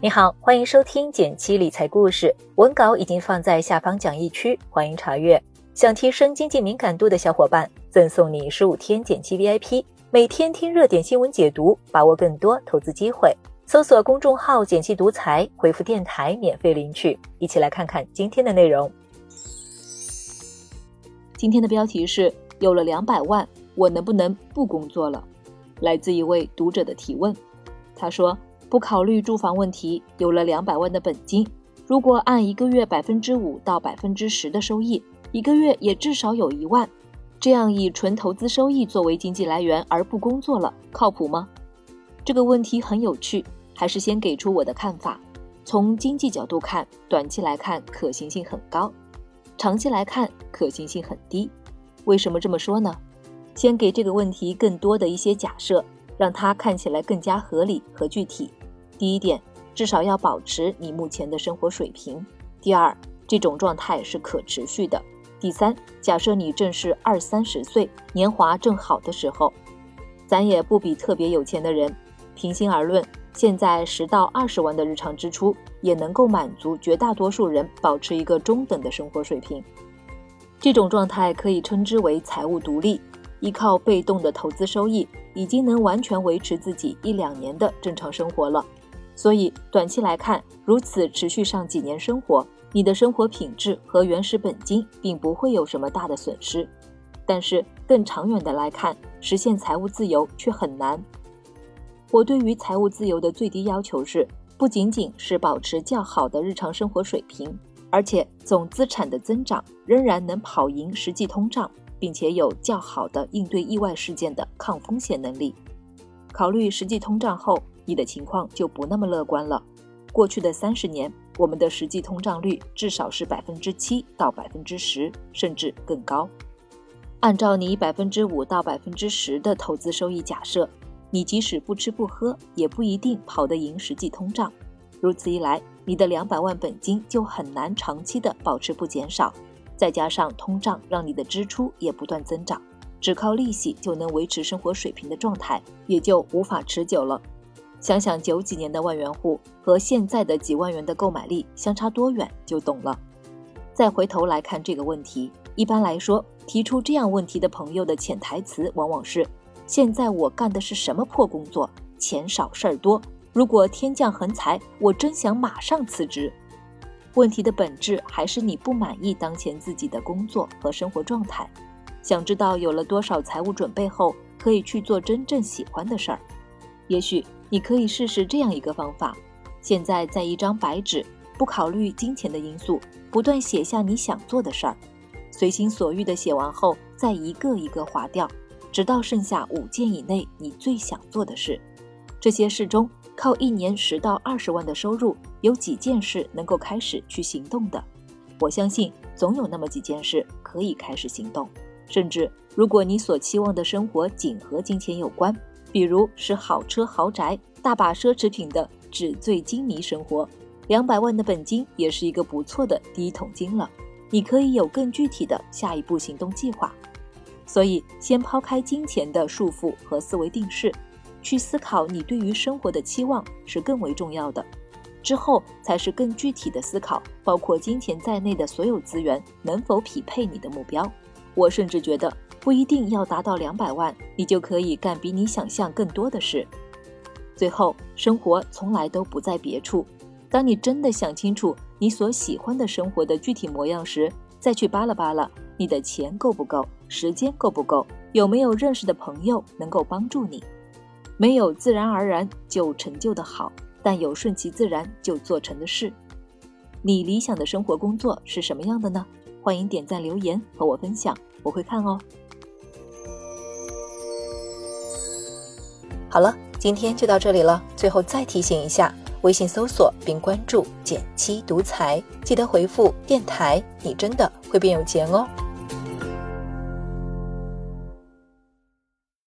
你好，欢迎收听减七理财故事，文稿已经放在下方讲义区，欢迎查阅。想提升经济敏感度的小伙伴，赠送你15天减七 VIP， 每天听热点新闻解读，把握更多投资机会。搜索公众号减七独裁，回复电台免费领取。一起来看看今天的内容。 今天的标题是有了200万，我能不能不工作了？来自一位读者的提问。他说，不考虑住房问题，有了200万的本金，如果按一个月 5% 到 10% 的收益，一个月也至少有1万。这样以纯投资收益作为经济来源而不工作了，靠谱吗？这个问题很有趣，还是先给出我的看法。从经济角度看，短期来看可行性很高，长期来看可行性很低。为什么这么说呢？先给这个问题更多的一些假设，让它看起来更加合理和具体。第一点，至少要保持你目前的生活水平。第二，这种状态是可持续的。第三，假设你正是20-30岁，年华正好的时候，咱也不比特别有钱的人，平心而论，现在10到20万的日常支出也能够满足绝大多数人保持一个中等的生活水平。这种状态可以称之为财务独立，依靠被动的投资收益，已经能完全维持自己1-2年的正常生活了。所以短期来看，如此持续上几年生活，你的生活品质和原始本金并不会有什么大的损失。但是更长远的来看，实现财务自由却很难。我对于财务自由的最低要求是，不仅仅是保持较好的日常生活水平，而且总资产的增长仍然能跑赢实际通胀，并且有较好的应对意外事件的抗风险能力。考虑实际通胀后，你的情况就不那么乐观了。过去的30年，我们的实际通胀率至少是 7% 到 10%， 甚至更高。按照你 5% 到 10% 的投资收益假设，你即使不吃不喝，也不一定跑得赢实际通胀。如此一来，你的200万本金就很难长期的保持不减少，再加上通胀让你的支出也不断增长，只靠利息就能维持生活水平的状态，也就无法持久了。想想90几年的万元户和现在的几万元的购买力相差多远就懂了。再回头来看这个问题，一般来说，提出这样问题的朋友的潜台词往往是，现在我干的是什么破工作，钱少事儿多，如果天降横财，我真想马上辞职。问题的本质还是你不满意当前自己的工作和生活状态，想知道有了多少财务准备后，可以去做真正喜欢的事儿。也许你可以试试这样一个方法，现在在一张白纸，不考虑金钱的因素，不断写下你想做的事儿，随心所欲的写完后，再一个一个划掉，直到剩下5件以内你最想做的事。这些事中，靠1年10到20万的收入，有几件事能够开始去行动的？我相信总有那么几件事可以开始行动。甚至如果你所期望的生活仅和金钱有关，比如是好车豪宅、大把奢侈品的纸醉金迷生活，200万的本金也是一个不错的第一桶金了。你可以有更具体的下一步行动计划。所以先抛开金钱的束缚和思维定式，去思考你对于生活的期望是更为重要的。之后才是更具体的思考，包括金钱在内的所有资源能否匹配你的目标。我甚至觉得不一定要达到200万，你就可以干比你想象更多的事。最后，生活从来都不在别处。当你真的想清楚你所喜欢的生活的具体模样时，再去扒拉扒拉你的钱够不够，时间够不够，有没有认识的朋友能够帮助你。没有自然而然就成就的好，但有顺其自然就做成的事。你理想的生活工作是什么样的呢？欢迎点赞留言和我分享，我会看哦。 好了，今天就到这里了。最后再提醒一下，微信搜索并关注减七独裁，记得回复电台，你真的会变有钱哦。